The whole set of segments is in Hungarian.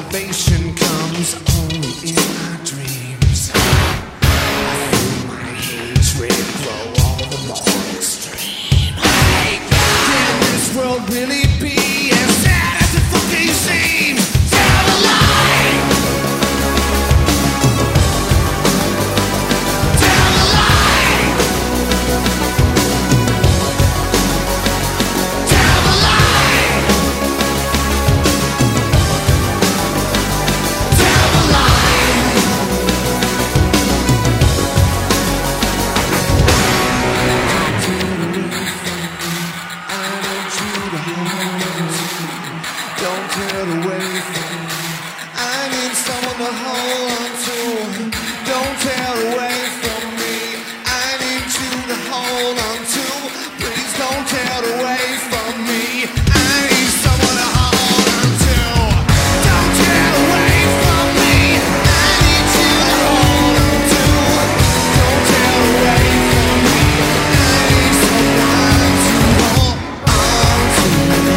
salvation comes only in my dreams. I feel my hatred grow all the more extreme. Can this world really be as sad as it fucking seems? Tell a lie! Tell a lie! Tell a lie! Tell a lie! Don't get away from me. I need someone to hold on to. Don't tear away from me. I need you to hold on to. Please don't tear away from me. I need someone to hold on to. Don't tear away from me. I need you to hold on to. Don't tear away from me. I need someone to hold on to.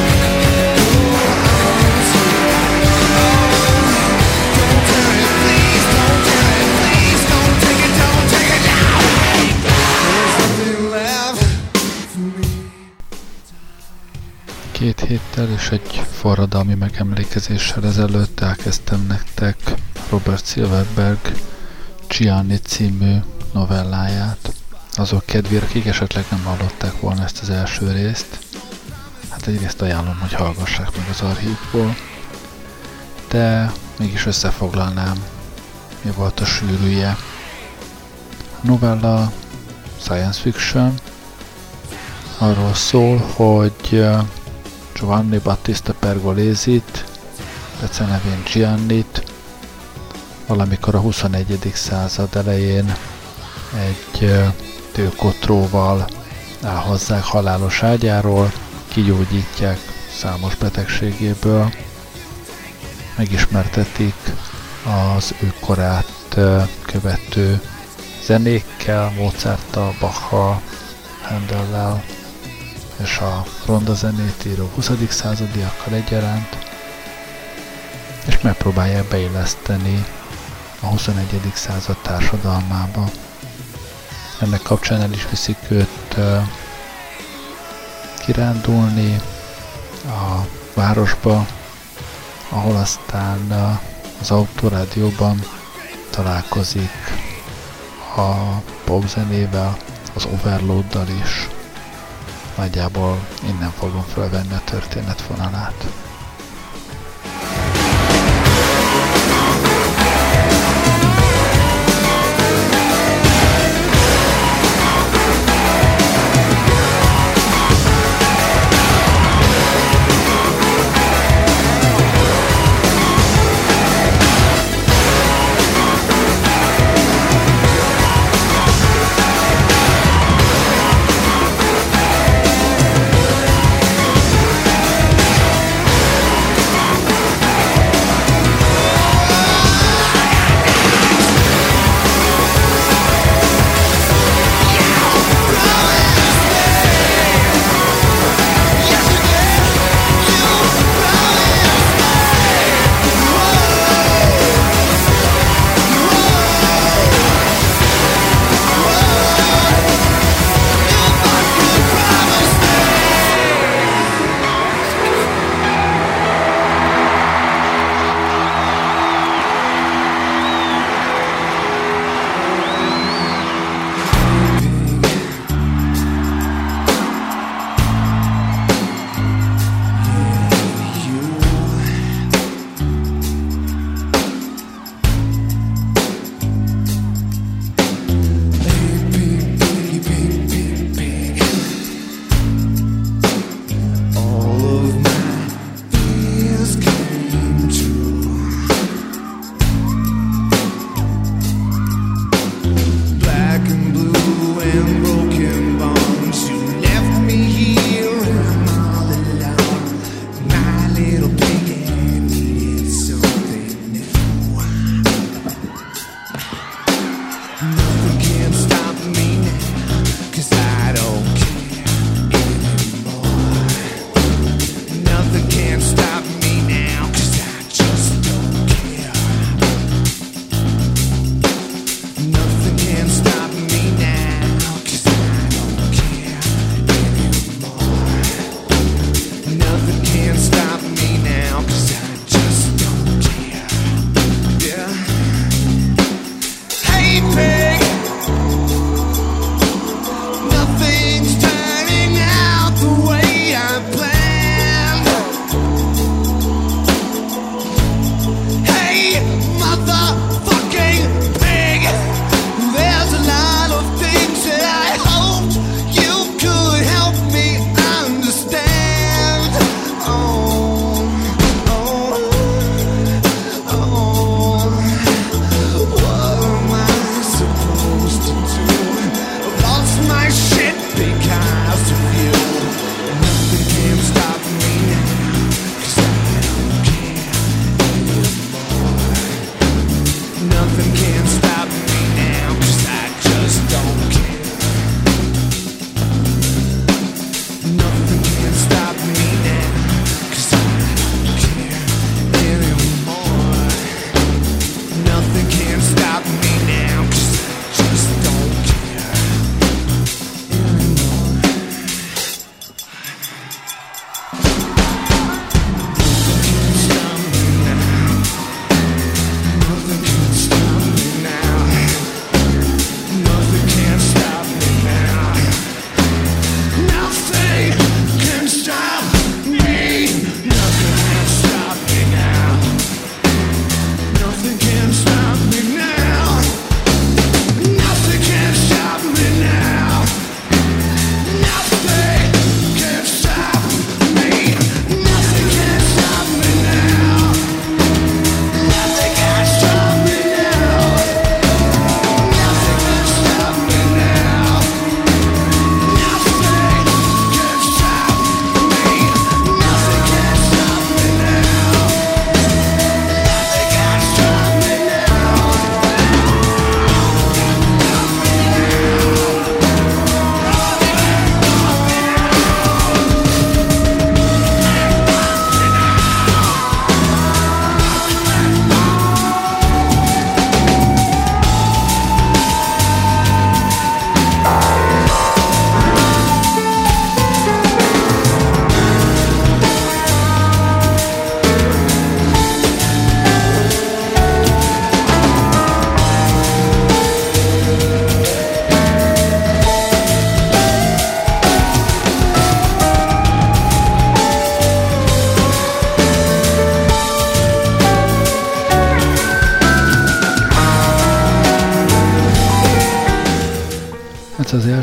Don't tear it, please. Don't tear it, please. Don't take it, don't take it now. There's nothing left for me. 2 héttel és egy forradalmi megemlékezéssel ezelőtt elkezdtem nektek Robert Silverberg Gianni című novelláját. Azok kedvére, akik esetleg nem hallották volna ezt az első részt, hát egyrészt ajánlom, hogy hallgassák meg az archívból, de mégis összefoglalnám, mi volt a sűrűje. A novella science fiction, arról szól, hogy Giovanni Battista Pergolesi-t, becenevén Giannit, valamikor a 21. század elején egy tőkotróval elhozzák halálos ágyáról, kigyógyítják számos betegségéből, megismertetik az ő korát követő zenékkel, Mozarttal, Bachal, Handellel és a ronda zenét író 20. századiakkal egyaránt, és megpróbálják beilleszteni a 21. század társadalmába. Ennek kapcsán el is viszik őt kirándulni a városba, ahol aztán az autórádióban találkozik a popzenével, az Overloaddal is. Nagyjából innen fogom felvenni a történetvonalát.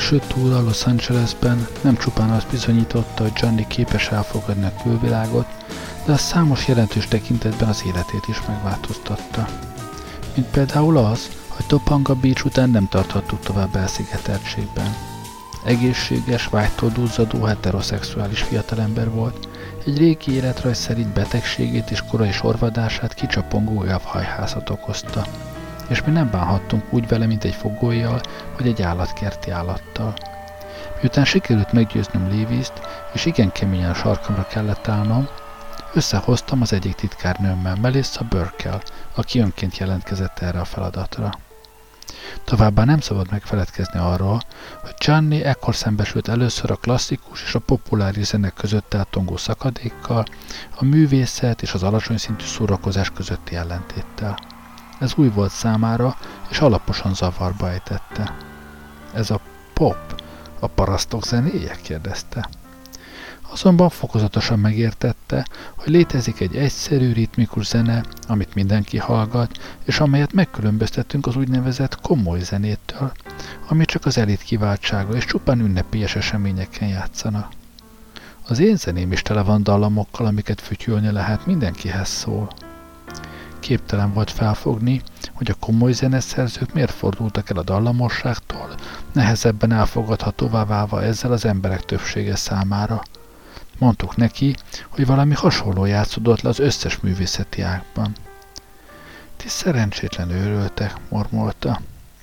első túra Los Angelesben nem csupán azt bizonyította, hogy Johnny képes elfogadni a külvilágot, de a számos jelentős tekintetben az életét is megváltoztatta. Mint például az, hogy Topanga Beach után nem tarthattuk tovább elszigeteltségben. Egészséges, vágytól duzzadó, heteroszexuális fiatalember volt, egy régi életrajz szerint betegségét és korai sorvadását kicsapongó elfhajhászat okozta, és mi nem bánhattunk úgy vele, mint egy fogollyal vagy egy állatkerti állattal. Miután sikerült meggyőznöm Lewist, és igen keményen a sarkamra kellett állnom, összehoztam az egyik titkárnőmmel, Melissa Burkell, aki önként jelentkezett erre a feladatra. Továbbá nem szabad megfeledkezni arról, hogy Johnny ekkor szembesült először a klasszikus és a populáris zene között eltongó szakadékkal, a művészet és az alacsony szintű szórakozás közötti ellentéttel. Ez új volt számára, és alaposan zavarba ejtette. Ez a pop, a parasztok zenéje? Kérdezte. Azonban fokozatosan megértette, hogy létezik egy egyszerű, ritmikus zene, amit mindenki hallgat, és amelyet megkülönböztetünk az úgynevezett komoly zenétől, ami csak az elit kiváltsága és csupán ünnepélyes eseményeken játszanak. Az én zeném is tele van dallamokkal, amiket fütyülni lehet, mindenkihez szól. Képtelen volt felfogni, hogy a komoly zeneszerzők miért fordultak el a dallamosságtól, nehezebben elfogadhatóvá válva ezzel az emberek többsége számára. Mondtuk neki, hogy valami hasonló játszódott le az összes művészeti ágban. Ti szerencsétlen őröltek, mormolta.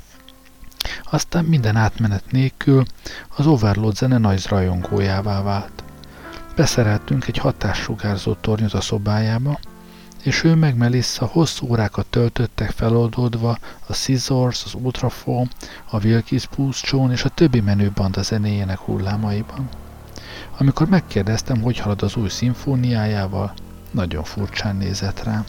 Aztán minden átmenet nélkül az Overload zene nagy rajongójává vált. Beszereltünk egy hatássugárzó tornyot a szobájába, és ő meg Melissa hosszú órákat töltöttek feloldódva a Scissors, az Ultrafoam, a Wilkes Booth Zone és a többi menő banda zenéjének hullámaiban. Amikor megkérdeztem, hogy halad az új szimfóniájával, nagyon furcsán nézett rám.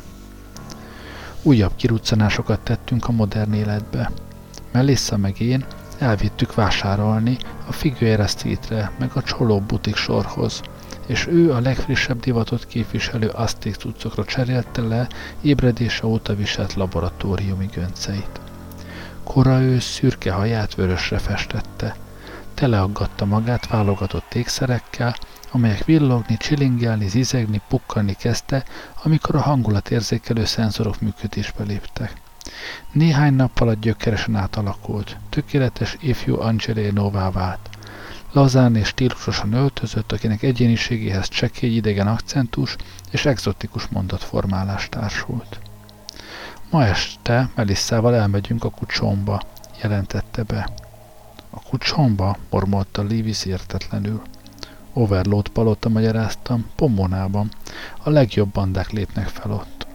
Újabb kiruccanásokat tettünk a modern életbe. Melissa meg én elvittük vásárolni a Figueira Streetre, meg a Csoló butik sorhoz, és ő a legfrissebb divatot képviselő azték cuccokra cserélte le ébredése óta viselt laboratóriumi gönceit. Kora ősz szürke haját vörösre festette. Teleaggatta magát válogatott ékszerekkel, amelyek villogni, csilingelni, zizegni, pukkanni kezdte, amikor a hangulatérzékelő szenzorok működésbe léptek. Néhány nap alatt gyökeresen átalakult, tökéletes ifjú Angelino-vá vált. Lazán és stílusosan öltözött, akinek egyéniségéhez csekély idegen akcentus és egzotikus mondatformálás társult. Ma este Melissával elmegyünk a Kucsomba, jelentette be. A Kucsomba, mormolta Lewis értetlenül. Overload palota, magyaráztam, Pomonában. A legjobb bandák lépnek fel ott.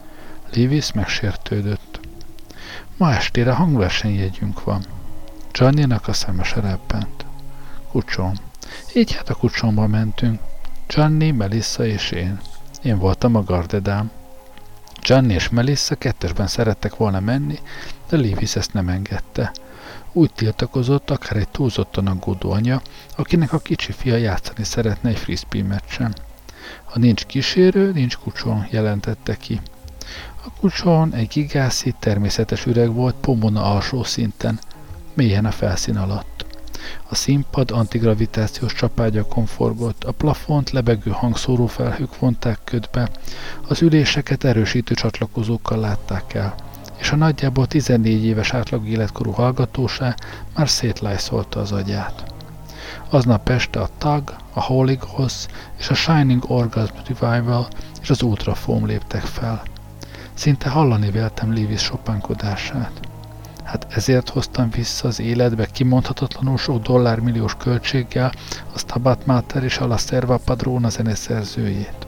Lewis megsértődött. Ma estére hangversenyjegyünk van. Johnnynak a szeme se reppent. Kucsom. Így hát a Kucsomba mentünk. Johnny, Melissa és én. Én voltam a gardedám. Johnny és Melissa kettesben szerettek volna menni, de Lewis ezt nem engedte. Úgy tiltakozott, akár egy túlzottan aggódó anya, akinek a kicsi fia játszani szeretne egy frisbee meccsen. Ha nincs kísérő, nincs kucson, jelentette ki. A kucson egy gigászi, természetes üreg volt Pomona alsó szinten, mélyen a felszín alatt. A színpad antigravitációs csapágyakon forgott, a plafont lebegő hangszórófelhők vonták ködbe, az üléseket erősítő csatlakozókkal látták el, és a nagyjából 14 éves átlag életkorú hallgatósá már szétlájszolta az agyát. Aznap este a Tug, a Holy Ghost és a Shining Orgasm Revival és az Ultrafoam léptek fel. Szinte hallani véltem Lewis sopánkodását. Hát ezért hoztam vissza az életbe kimondhatatlanul sok dollármilliós költséggel a Stabat Mater és a La Serva Padrona zeneszerzőjét.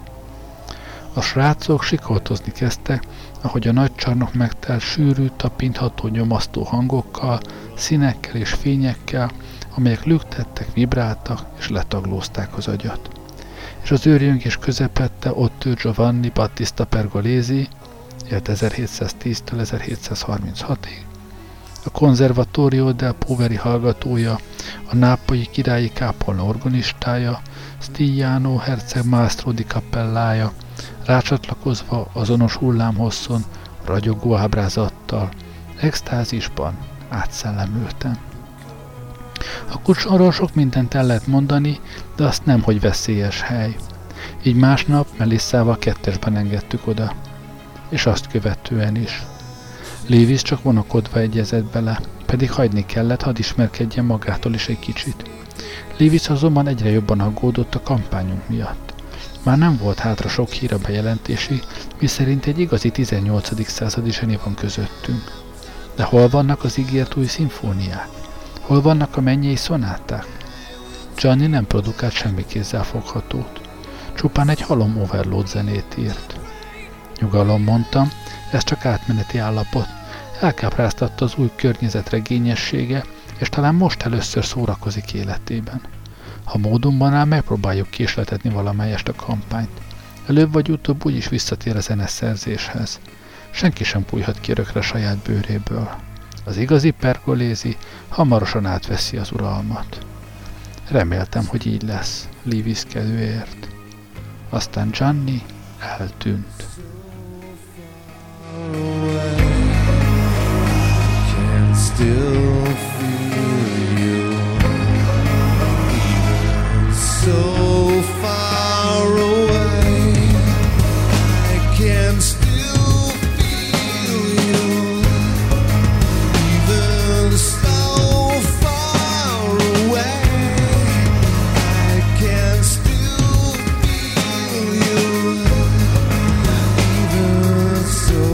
A srácok sikoltozni kezdtek, ahogy a nagy csarnok megtelt sűrű, tapintható, nyomasztó hangokkal, színekkel és fényekkel, amelyek lüktettek, vibráltak és letaglózták az agyat. És az őrjöngés közepette ott ült Giovanni Battista Pergolesi, élt 1710-től 1736-ig, a Conservatorio del Poveri hallgatója, a nápolyi királyi kápolna organistája, Stigliano herceg Maestro di Cappellája, rácsatlakozva azonos hullámhosszon, ragyogó ábrázattal, extázisban átszellemülten. A kucsonról sok mindent el lehet mondani, de azt nem, hogy veszélyes hely. Így másnap Melissával kettesben engedtük oda. És azt követően is. Lewis csak vonakodva egyezett bele, pedig hagyni kellett, hadd ismerkedjen magától is egy kicsit. Lewis azonban egyre jobban aggódott a kampányunk miatt. Már nem volt hátra sok hír a bejelentési, miszerint egy igazi 18. századi zseni van közöttünk. De hol vannak az ígért új szimfóniák? Hol vannak a mennyei szonáták? Gianni nem produkált semmi kézzelfoghatót. Csupán egy halom overload zenét írt. Nyugalom, mondtam, ez csak átmeneti állapot. Elkápráztatta az új környezet regényessége, és talán most először szórakozik életében. Ha módunkban áll, megpróbáljuk késletetni valamelyest a kampányt. Előbb vagy utóbb úgyis visszatér a zeneszerzéshez. Senki sem pújhat ki örökre saját bőréből. Az igazi Pergolesi hamarosan átveszi az uralmat. Reméltem, hogy így lesz, Lewis kedvéért. Aztán Gianni eltűnt. Still feel you, even so far away. I can still feel you, even so far away. I can still feel you, even so.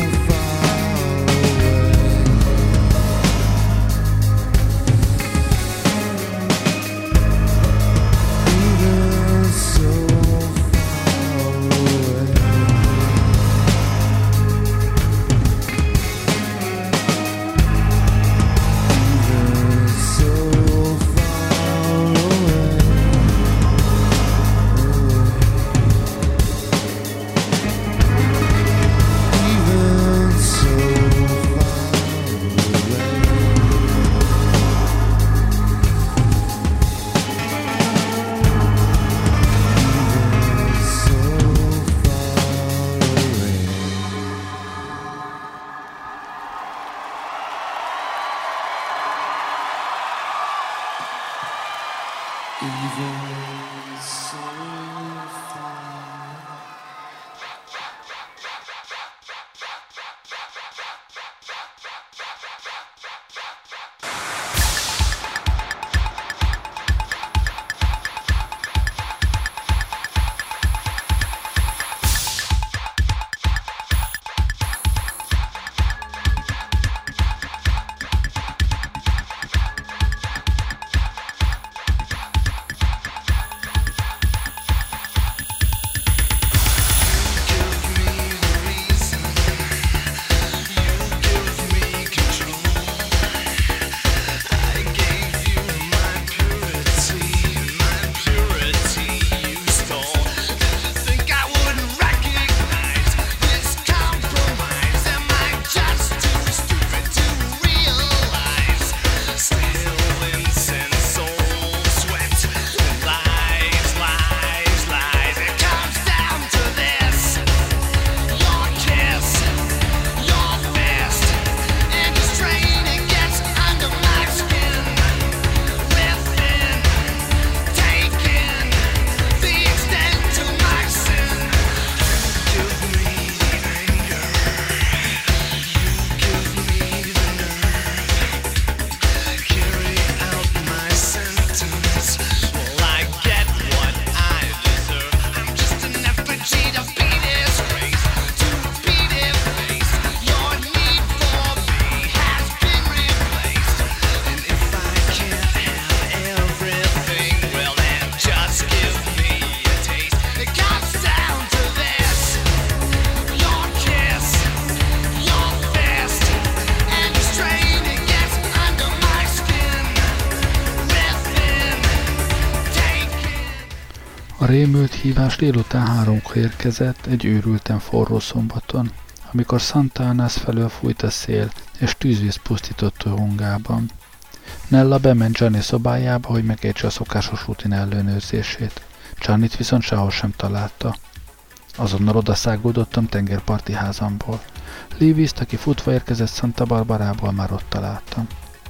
A rémült hívás délután 3-kor érkezett egy őrülten forró szombaton, amikor Santa Anas felől fújt a szél, és tűzvész pusztított Tujungában. Nella bement Gianni szobájába, hogy megejtse a szokásos rutin ellenőrzését. Giannit viszont sehol sem találta. Azonnal odaszágódottam tengerparti házamból. Lewist, aki futva érkezett Santa Barbarából, már ott találtam.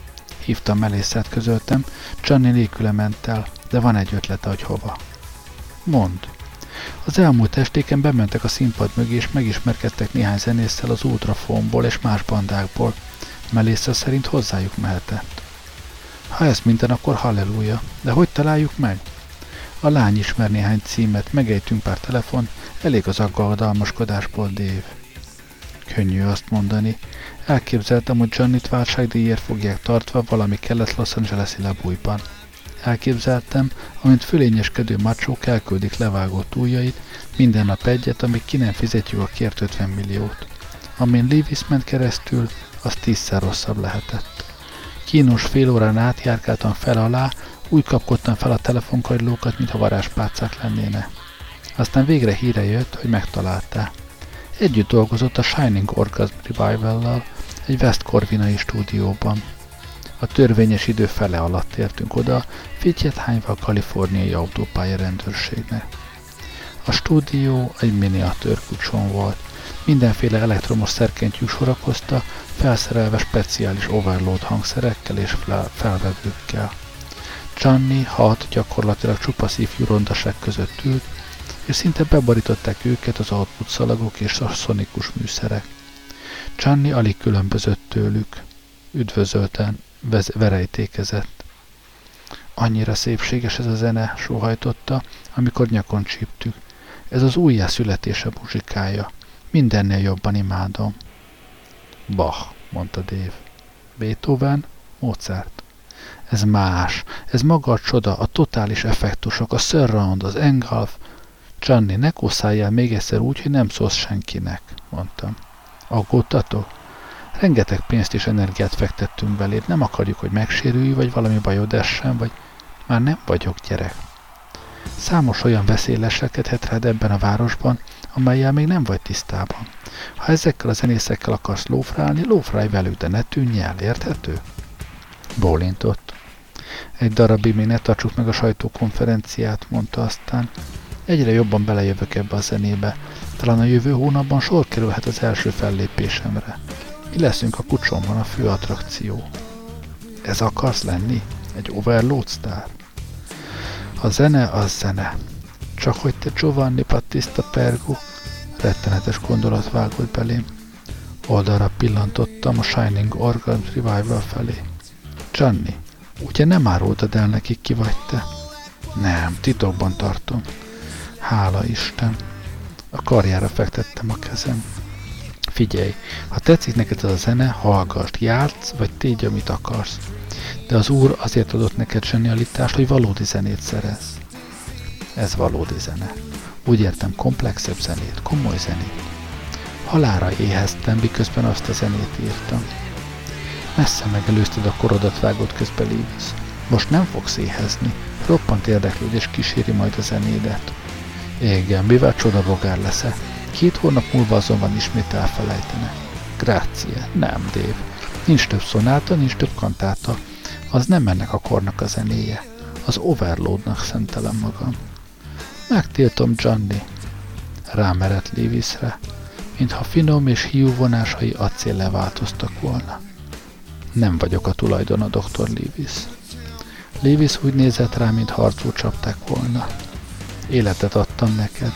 Hívtam Melissát, közöltem. Gianni nélküle ment el, de van egy ötlete, hogy hova. Mondd. Az elmúlt estéken bementek a színpad mögé, és megismerkedtek néhány zenésszel az Ultrafonból és más bandákból. Melissa szerint hozzájuk mehetett. Ha ez minden, akkor halleluja. De hogy találjuk meg? A lány ismer néhány címet, megejtünk pár telefon, elég az aggodalmaskodásból, Dave. Könnyű azt mondani. Elképzeltem, hogy Giannit váltságdíjért fogják tartva valami kellett Los Angeles-i lebújban. Elképzeltem, amint fölényeskedő macsók elküldik levágott ujjait, minden nap egyet, amíg ki nem fizetjük a kért 50 milliót. Amin Levis ment keresztül, az 10-szer rosszabb lehetett. Kínos fél órán átjárkáltam fel alá, úgy kapkodtam fel a telefonkagylókat, mintha varázspálcák lennének. Aztán végre híre jött, hogy megtalálták. Együtt dolgozott a Shining Orgasm Revival-lal egy West Corvinai stúdióban. A törvényes idő fele alatt értünk oda, fittyet hányva a kaliforniai autópálya rendőrségnek. A stúdió egy miniatűr kucson volt. Mindenféle elektromos szerkentyű sorakozta, felszerelve speciális overload hangszerekkel és felvevőkkel. Gianni 6 gyakorlatilag csupasz ifjú rondaság között ült, és szinte beborították őket az output szalagok és a szonikus műszerek. Gianni alig különbözött tőlük. Üdvözölten verejtékezett. Annyira szépséges ez a zene, sóhajtotta, amikor nyakon csíptük. Ez az újjászületése muzsikája. Mindennél jobban imádom. Bach, mondta Dave. Beethoven, Mozart. Ez más, ez maga a csoda, a totális effektusok, a surround, az engulf. Gianni, ne kószáljál még egyszer úgy, hogy nem szólsz senkinek, mondtam. Aggódtatok? Rengeteg pénzt és energiát fektettünk beléd, nem akarjuk, hogy megsérülj, vagy valami bajod essen, vagy már nem vagyok gyerek. Számos olyan veszély leselkedhet rád ebben a városban, amellyel még nem vagy tisztában. Ha ezekkel a zenészekkel akarsz lófrálni, lófrálj velük, de ne tűnj el, érthető? Bólintott. Egy darabig még ne tartsuk meg a sajtókonferenciát, mondta aztán. Egyre jobban belejövök ebbe a zenébe. Talán a jövő hónapban sor kerülhet az első fellépésemre. Mi leszünk a kucsomban a fő attrakció. Ez akarsz lenni? Egy overload sztár? A zene az zene. Csak hogy te Giovanni Battista Pergo, rettenetes gondolat vágott belém. Oldalra pillantottam a Shining Orgasm Revival felé. Gianni, ugye nem árultad el nekik, ki vagy te? Nem, titokban tartom. Hála Isten. A karjára fektettem a kezem. Figyelj, ha tetszik neked ez a zene, hallgass, játsz, vagy tégy, amit akarsz. De az Úr azért adott neked zsenialitást, hogy valódi zenét szerez. Ez valódi zene. Úgy értem, komplexebb zenét, komoly zenét. Halálra éheztem, miközben azt a zenét írtam. Messze megelőzted a korodat, vágott közbe Levis. Most nem fogsz éhezni. Roppant érdeklődés kíséri majd a zenédet. Igen, mivel csodabogár leszel. 2 hónap múlva azonban ismét elfelejtenek. Grazie. Nem, Dave. Nincs több szonáta, nincs több kantáta. Az nem ennek a kornak a zenéje. Az overloadnak szentelem magam. Megtiltom, Gianni. Rámerett Levisre, mintha finom és hiú vonásai acéllel változtak volna. Nem vagyok a tulajdona, Dr. Levis. Levis úgy nézett rá, mint harcul csapták volna. Életet adtam neked.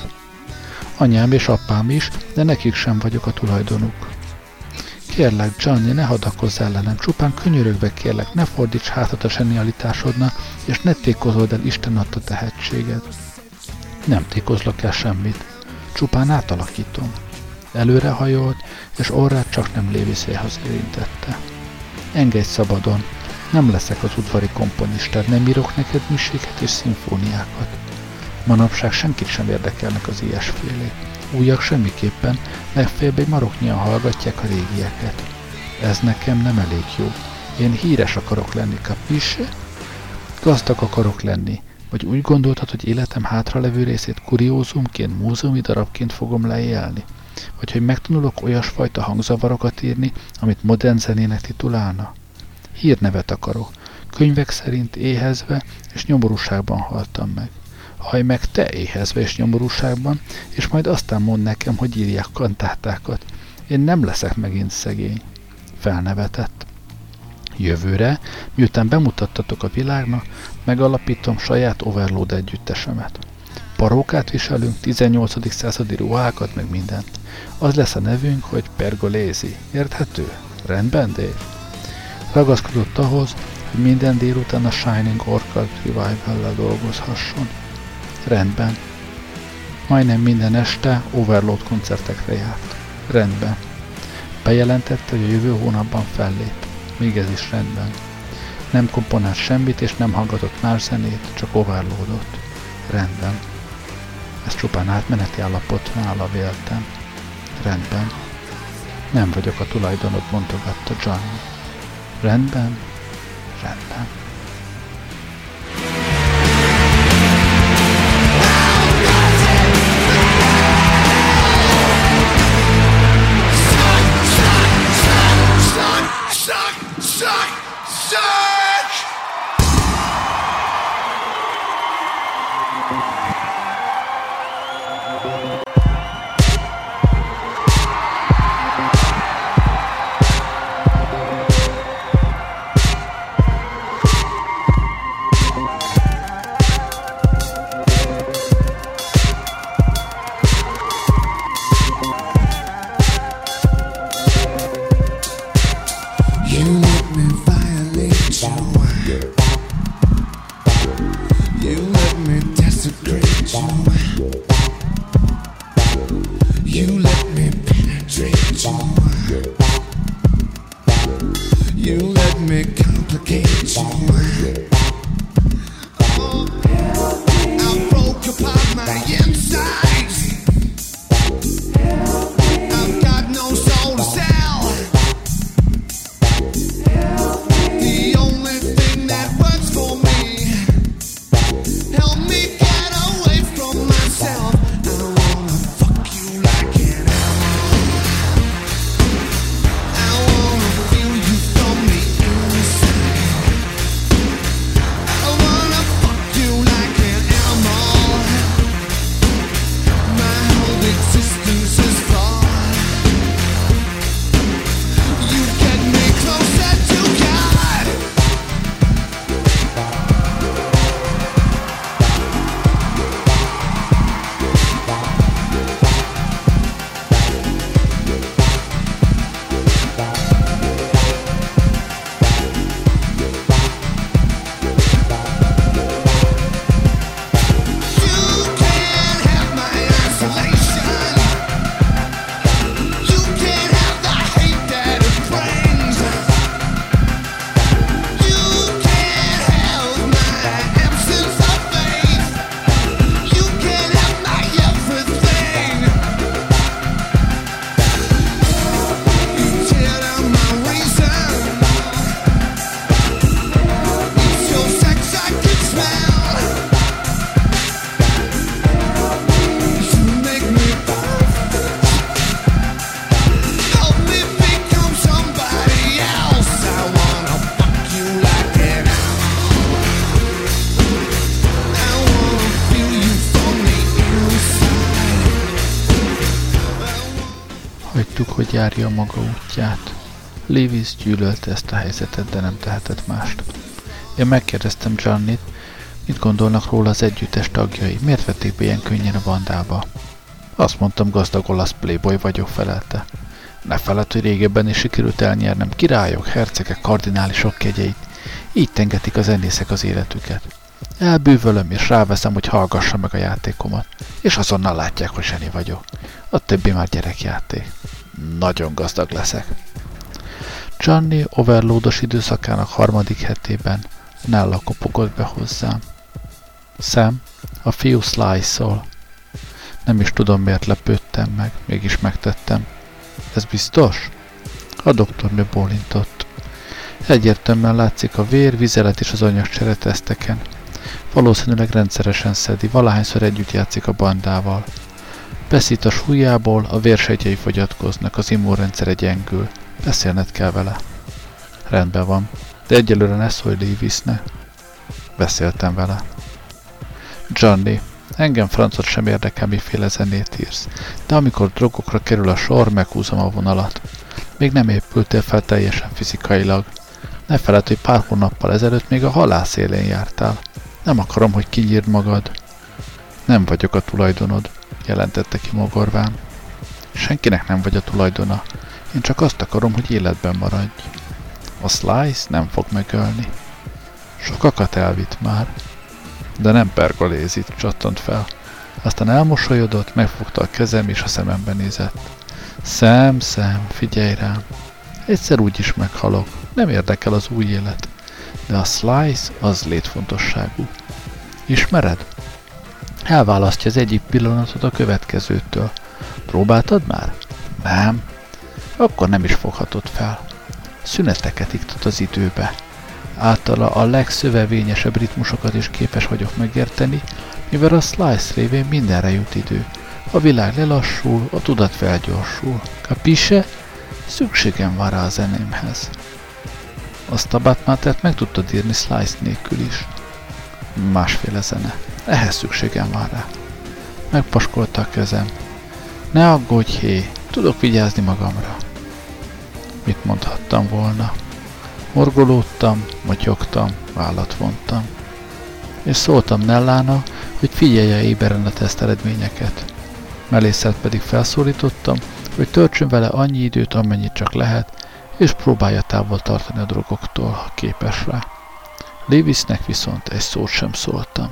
Anyám és apám is, de nekik sem vagyok a tulajdonuk. Kérlek, Gianni, ne hadakozz ellenem, csupán könyörögve kérlek, ne fordíts hátat a zsenialitásodnak, és ne tékozzold el Isten adta tehetséged. Nem tékozlak el semmit, csupán átalakítom. Előrehajolt, és orrát csak nem Leviséhoz érintette. Engedj szabadon, nem leszek az udvari komponistád, nem írok neked miséket és szimfóniákat. Manapság senkit sem érdekelnek az ilyesfélék. Újak semmiképpen, legfeljebb egy maroknyian hallgatják a régieket. Ez nekem nem elég jó. Én híres akarok lenni, capisce? Gazdag akarok lenni. Vagy úgy gondoltad, hogy életem hátralevő részét kuriózumként, múzeumi darabként fogom leélni? Vagy hogy megtanulok olyasfajta hangzavarokat írni, amit modern zenének titulálna? Hírnevet akarok. Könyvek szerint éhezve és nyomorúságban haltam meg. Haj meg te éhezve és nyomorúságban, és majd aztán mondd nekem, hogy írják kantátákat. Én nem leszek megint szegény. Felnevetett. Jövőre, miután bemutattatok a világnak, megalapítom saját Overload együttesemet. Parókát viselünk, 18. századi ruhákat, meg mindent. Az lesz a nevünk, hogy Pergolesi. Érthető? Rendben, Dave? Ragaszkodott ahhoz, hogy minden délután a Shining Orchard Revival-lel dolgozhasson. Rendben. Majdnem minden este Overload koncertekre járt. Rendben. Bejelentette, hogy a jövő hónapban fellép. Még ez is rendben. Nem komponált semmit, és nem hallgatott más zenét, csak Overloadot. Rendben. Ez csupán átmeneti állapot, nála véltem. Rendben. Nem vagyok a tulajdonod, mondogatta Johnny. Rendben. Rendben. Hogy járja a maga útját. Lewis gyűlölte ezt a helyzetet, de nem tehetett mást. Én megkérdeztem Johnnyt, mit gondolnak róla az együttes tagjai, miért vették be ilyen könnyen a bandába. Azt mondtam, gazdag olasz playboy vagyok, felelte. Ne feled, hogy régebben is sikerült elnyernem királyok, hercegek, kardinálisok kegyeit. Így tengetik a zenészek az életüket. Elbűvölöm és ráveszem, hogy hallgassa meg a játékomat, és azonnal látják, hogy zseni vagyok. A többi már gyerekjáték. Nagyon gazdag leszek. Johnny overloados időszakának 3. hetében Nella kopogott be hozzám. Sam, a fiú Slice-szól. Nem is tudom, miért lepődtem meg, mégis megtettem. Ez biztos? A doktornő bólintott. Egyértelműen látszik a vér, vizelet és az anyagcsere teszteken. Valószínűleg rendszeresen szedi, valahányszor együtt játszik a bandával. Beszít a súlyából, a vérsejtjei fogyatkoznak, az immunrendszere gyengül. Beszélned kell vele. Rendben van, de egyelőre ne szólj Lewisnek. Beszéltem vele. Johnny, engem francot sem érdekel, miféle zenét írsz, de amikor drogokra kerül a sor, meghúzom a vonalat. Még nem épültél fel teljesen fizikailag. Ne feledd, hogy pár hónappal ezelőtt még a halál szélén jártál. Nem akarom, hogy kinyírd magad. Nem vagyok a tulajdonod, jelentette ki mogorván. Senkinek nem vagy a tulajdona. Én csak azt akarom, hogy életben maradj. A Slice nem fog megölni. Sokakat elvitt már. De nem pergolézit, csattant fel. Aztán elmosolyodott, megfogta a kezem és a szemembe nézett. Szem, figyelj rám. Egyszer úgyis meghalok. Nem érdekel az új élet. De a Slice az létfontosságú. Ismered? Elválasztja az egyik pillanatot a következőtől. Próbáltad már? Nem. Akkor nem is foghatod fel. Szüneteket iktat az időbe. Általa a legszövevényesebb ritmusokat is képes vagyok megérteni, mivel a Slice révén mindenre jut idő. A világ lelassul, a tudat felgyorsul. Capisce? Szükségem van rá a zenémhez. Azt a Batmátert meg tudtad írni Slice nélkül is. Másféle zene. Ehhez szükségem van rá. Megpaskolta a kezem. Ne aggódj, hé, tudok vigyázni magamra. Mit mondhattam volna? Morgolódtam, motyogtam, vállat vontam. És szóltam Nellának, hogy figyelje éberen a teszteredményeket. Melészet pedig felszólítottam, hogy töltsön vele annyi időt, amennyit csak lehet, és próbálja távol tartani a drogoktól, ha képes rá. Lewisnek viszont egy szót sem szóltam.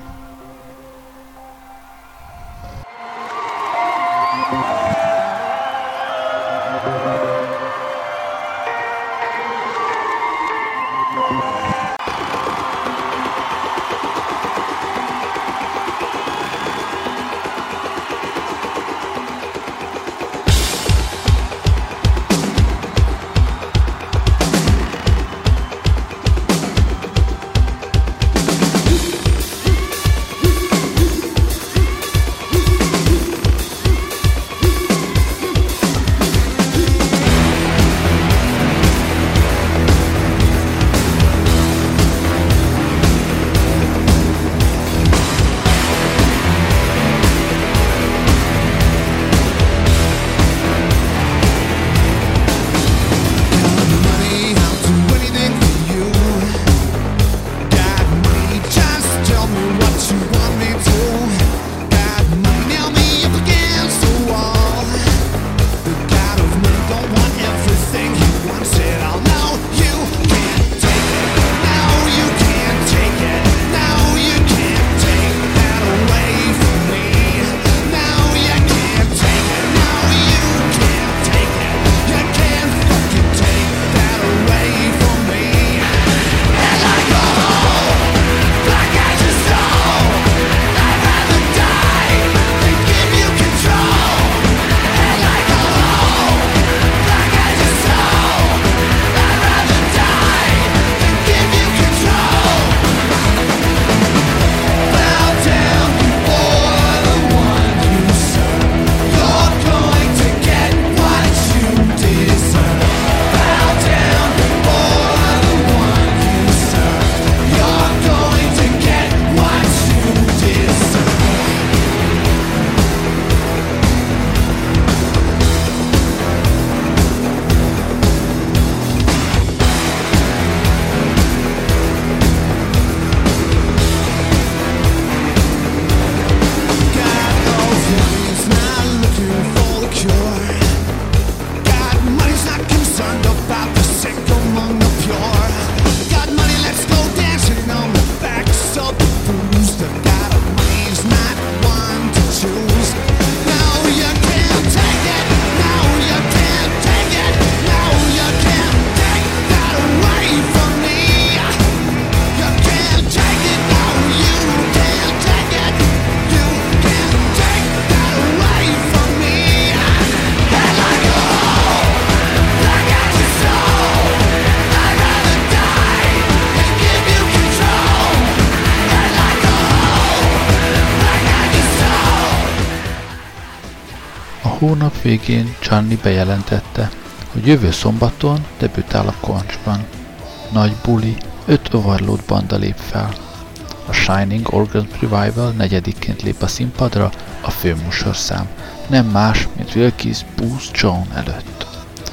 hónap végén Gianni bejelentette, hogy jövő szombaton debütál a Koncsban. Nagy buli, 5 Overload banda lép fel. A Shining Organ Revival negyedikként lép a színpadra a főműsorszám, nem más, mint Wilkes Booth Jones előtt. A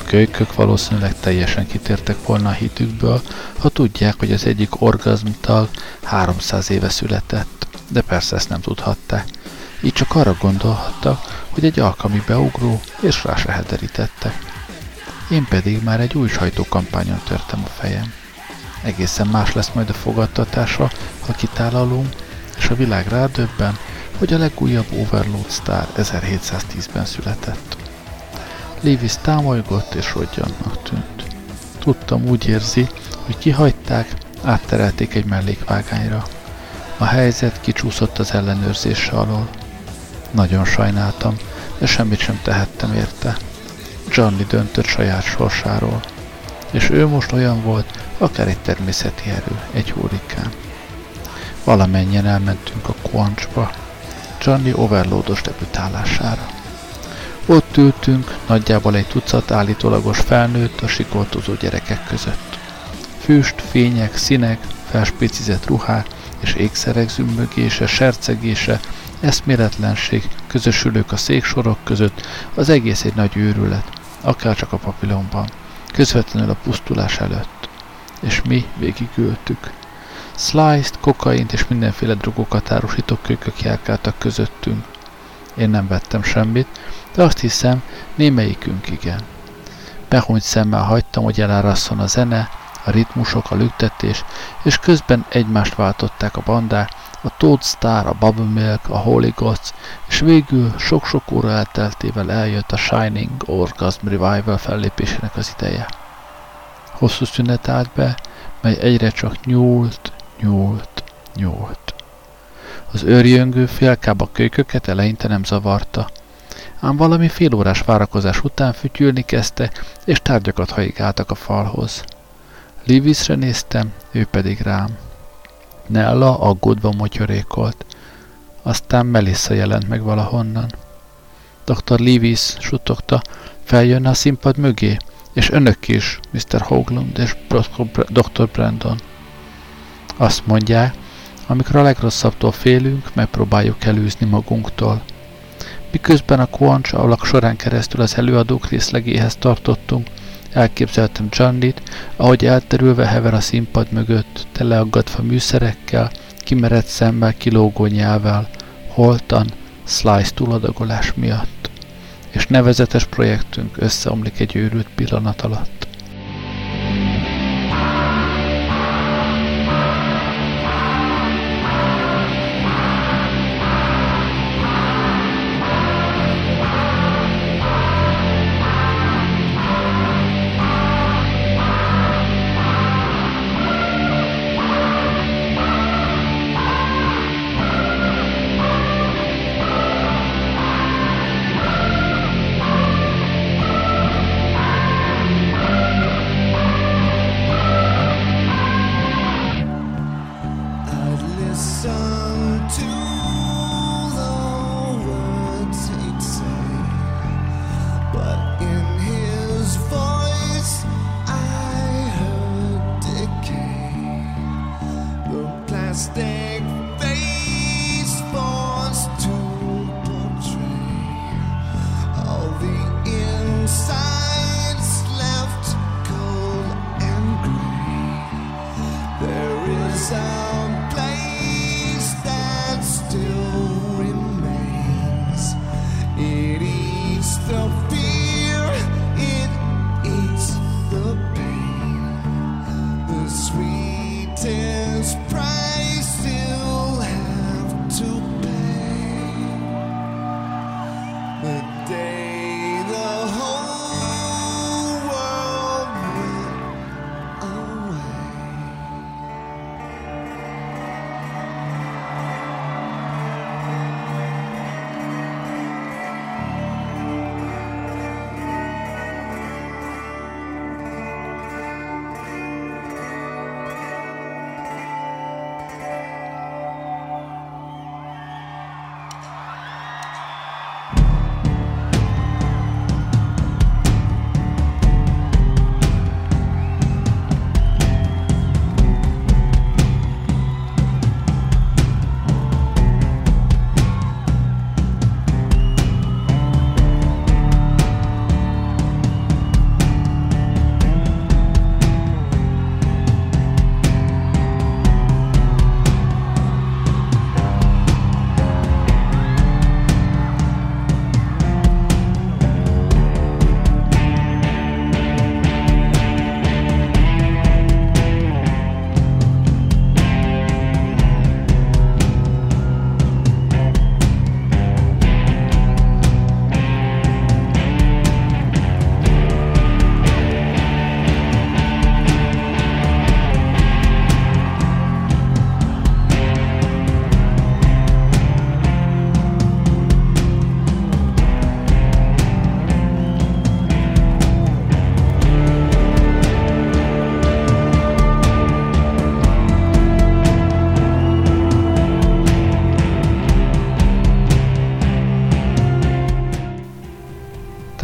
kölykök valószínűleg teljesen kitértek volna a hitükből, ha tudják, hogy az egyik orgazmtal 300 éve született, de persze ezt nem tudhatták. Így csak arra gondolhattak, hogy egy alkalmi beugró, és rá se hederítettek. Én pedig már egy új sajtókampányon törtem a fejem. Egészen más lesz majd a fogadtatása, ha kitálalunk, és a világ rádöbben, hogy a legújabb Overlord sztár 1710-ben született. Lewis támolygott és rodgyannak tűnt. Tudtam, úgy érzi, hogy kihagyták, átterelték egy mellékvágányra. A helyzet kicsúszott az ellenőrzése alól. Nagyon sajnáltam, de semmit sem tehettem érte. Johnny döntött saját sorsáról. És ő most olyan volt, akár egy természeti erő, egy hurrikán. Valamennyien elmentünk a Quanchba, Johnny overloados debütálására. Ott ültünk, nagyjából egy tucat állítólagos felnőtt a sikoltozó gyerekek között. Füst, fények, színek, felspécizett ruhák és ékszerek zümmögése, sercegése, eszméletlenség, közösülők a széksorok között, az egész egy nagy őrület, akárcsak a papillonban, közvetlenül a pusztulás előtt. És mi végigültük. Sliced, kokaint és mindenféle drogokat árusító kölykök járkáltak közöttünk. Én nem vettem semmit, de azt hiszem, némelyikünk igen. Behúnyt szemmel hagytam, hogy elárasszon a zene, a ritmusok, a lüktetés, és közben egymást váltották a bandák, a Toad Star, a Bubble Milk, a Holy Gods, és végül sok-sok óra elteltével eljött a Shining Orgasm Revival fellépésének az ideje. Hosszú szünet állt be, mely egyre csak nyúlt. Az őrjöngő félkába kölyköket eleinte nem zavarta, ám valami félórás várakozás után fütyülni kezdte, és tárgyakat hajigáltak a falhoz. Lewisre néztem, ő pedig rám. Nella aggódva motyorékolt. Aztán Melissa jelent meg valahonnan. Dr. Lewis suttogta, feljönne a színpad mögé, és önök is, Mr. Hoagland és Dr. Brandon. Azt mondják, amikor a legrosszabbtól félünk, megpróbáljuk elűzni magunktól. Miközben a Quanch ablak során keresztül az előadók részlegéhez tartottunk, elképzeltem Johnnyt, ahogy elterülve hever a színpad mögött, teleaggatva műszerekkel, kimerett szemmel, kilógó nyelvvel, holtan, Slice túladagolás miatt. És nevezetes projektünk összeomlik egy őrült pillanat alatt.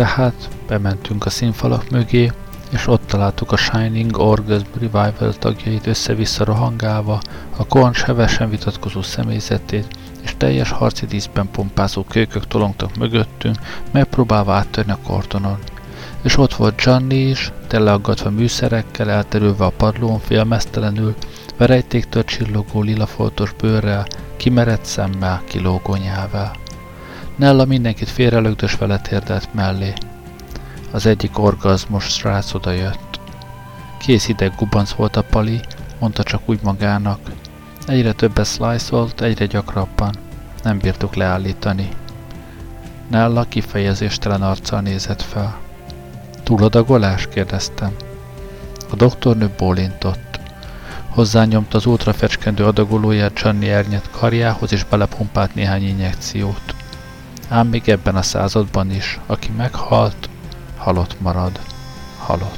Tehát bementünk a színfalak mögé, és ott találtuk a Shining Orgasm Revival tagjait össze-vissza rohangálva, a Korns hevesen vitatkozó személyzetét, és teljes harci díszben pompázó kölykök tolongtak mögöttünk, megpróbálva áttörni a kordonon. És ott volt Gianni is, teleaggatva műszerekkel, elterülve a padlón félmeztelenül, verejtéktől csillogó lilafoltos bőrrel, kimerett szemmel, kilógó nyelvvel. Nella mindenkit félrelögdös vele térdelt mellé. Az egyik orgazmos srác odajött. Kész hideg gubanc volt a pali, mondta csak úgy magának. Egyre többet slice-olt, egyre gyakrabban. Nem bírtuk leállítani. Nella kifejezéstelen arccal nézett fel. Túladagolás? Kérdeztem. A doktornő bólintott. Hozzányomta az ultrafecskendő adagolóját Gianni ernyett karjához, és belepumpált néhány injekciót. Ám még ebben a században is, aki meghalt, halott marad. Halott.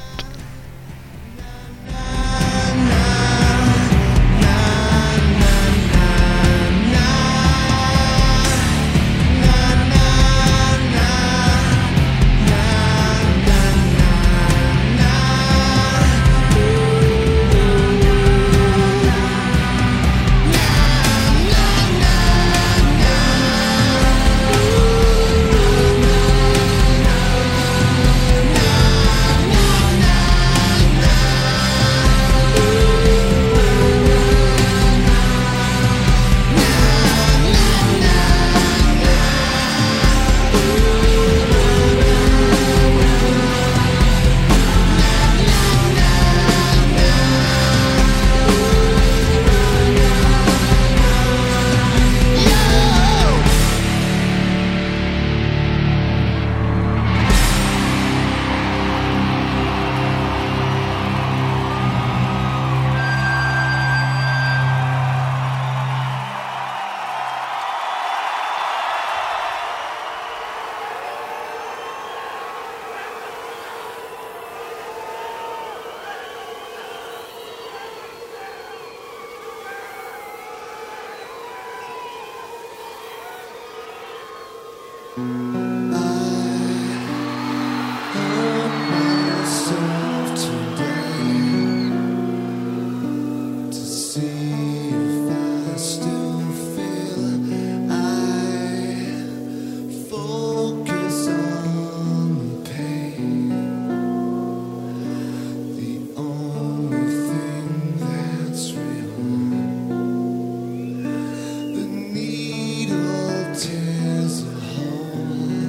Tears a hole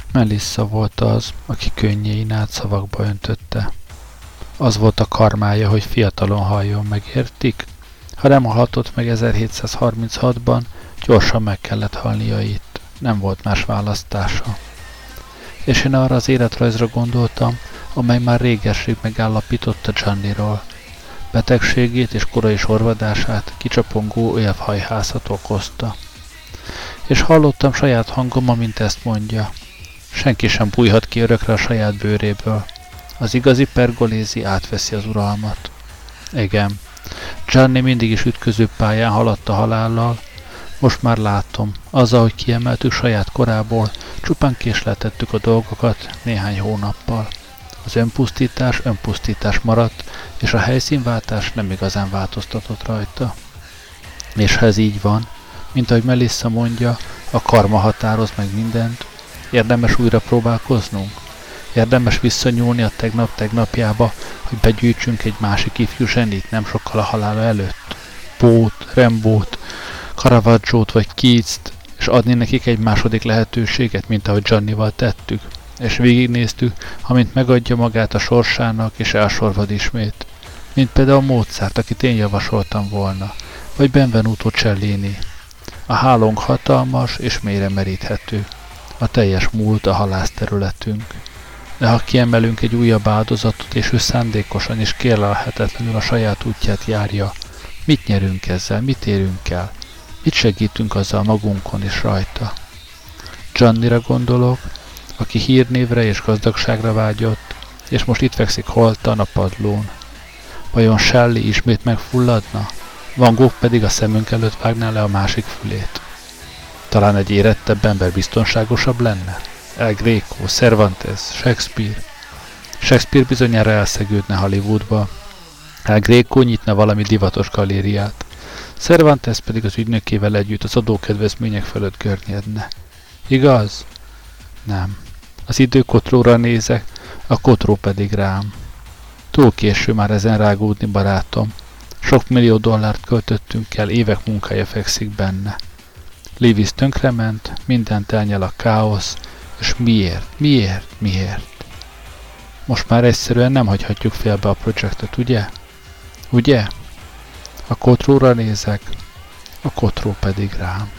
Melissa volt az, aki könnyéin át szavakba öntötte. Az volt a karmája, hogy fiatalon halljon meg, értik? Ha nem halhatott meg 1736-ban, gyorsan meg kellett halnia itt. Nem volt más választása. És én arra az életrajzra gondoltam, amely már réges-rég megállapította Gianniról. Betegségét és korai sorvadását kicsapongó élvhajhászat okozta. És hallottam saját hangom, amint ezt mondja. Senki sem bújhat ki örökre a saját bőréből. Az igazi Pergolézi átveszi az uralmat. Igen, Gianni mindig is ütköző pályán haladt a halállal. Most már látom, azzal, hogy kiemeltük saját korából, csupán késleltettük a dolgokat néhány hónappal. Az önpusztítás maradt, és a helyszínváltás nem igazán változtatott rajta. És ha ez így van, mint ahogy Melissa mondja, a karma határoz meg mindent, érdemes újra próbálkoznunk? Érdemes visszanyúlni a tegnapjába, hogy begyűjtsünk egy másik ifjú zsenit nem sokkal a halála előtt? Pót, Rembót, Caravaggiót vagy Keatst, és adni nekik egy második lehetőséget, mint ahogy Giannival tettük, és végignéztük, amint megadja magát a sorsának, és elsorvad ismét. Mint például Mozart, akit én javasoltam volna, vagy Benvenuto Cellini. A hálónk hatalmas és mélyre meríthető. A teljes múlt a halászterületünk. De ha kiemelünk egy újabb áldozatot, és ő szándékosan és kérlelhetetlenül a saját útját járja, mit nyerünk ezzel, mit érünk el? Mit segítünk azzal magunkon és rajta? Giannira gondolok, aki hírnévre és gazdagságra vágyott, és most itt fekszik holtan a padlón. Vajon Shelley ismét megfulladna? Van Gogh pedig a szemünk előtt vágná le a másik fülét. Talán egy érettebb ember biztonságosabb lenne? El Greco, Cervantes, Shakespeare. Shakespeare bizonyára elszegődne Hollywoodba. El Greco nyitna valami divatos galériát. Cervantes pedig az ügynökével együtt az adókedvezmények fölött görnyedne. Igaz? Nem. Az időkotróra nézek, a kotró pedig rám. Túl késő már ezen rágódni, barátom. Sok millió dollárt költöttünk el, évek munkája fekszik benne. Lewis tönkrement, mindent elnyel a káosz, és miért? Most már egyszerűen nem hagyhatjuk félbe a projektet, ugye? Ugye? A kotróra nézek, a kotró pedig rám.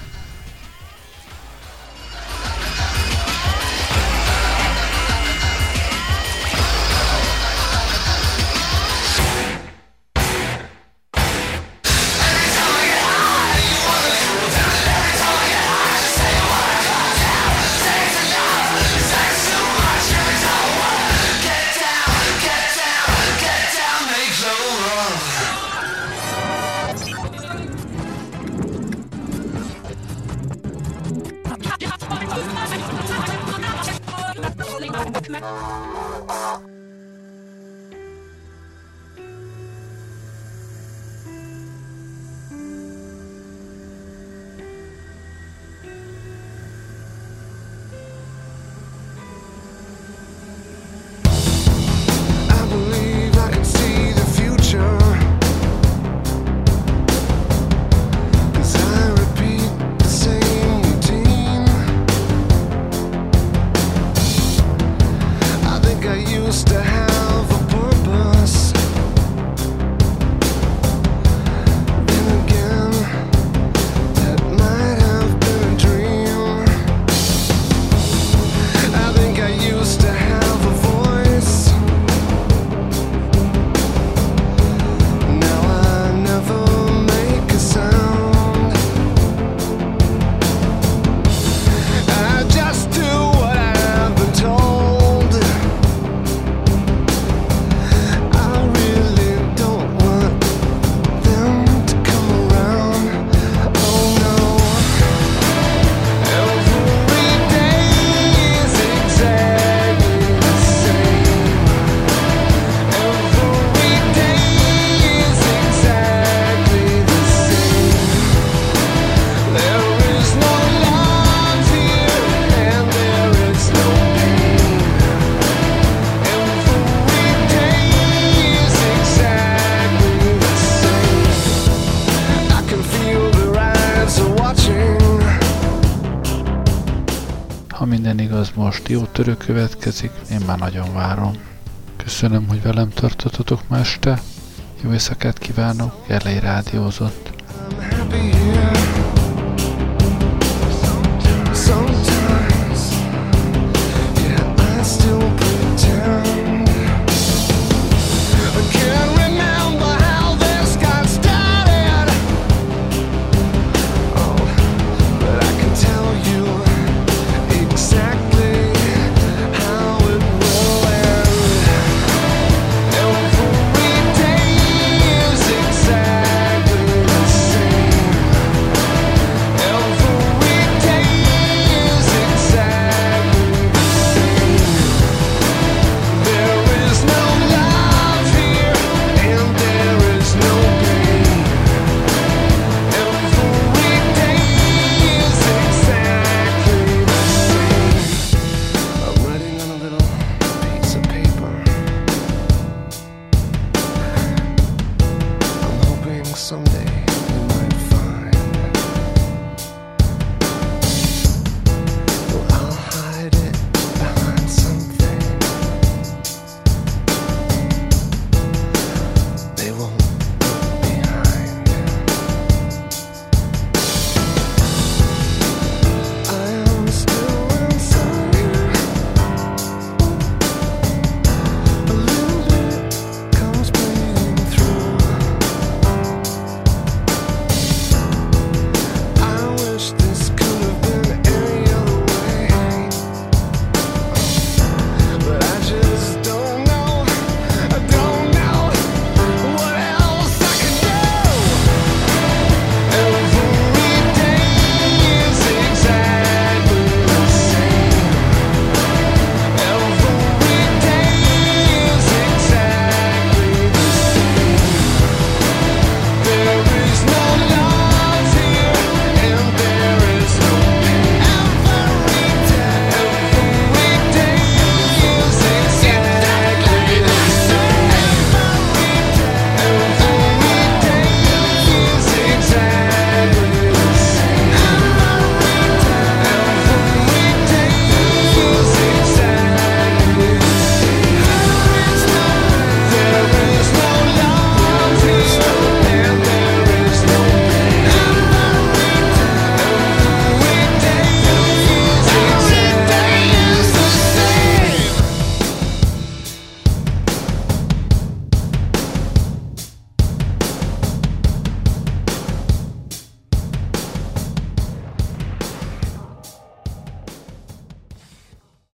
most jó törő következik, én már nagyon várom. Köszönöm, hogy velem tartottatok ma este. Jó éjszakát kívánok, Gerlei rádiózott. I'm happy here.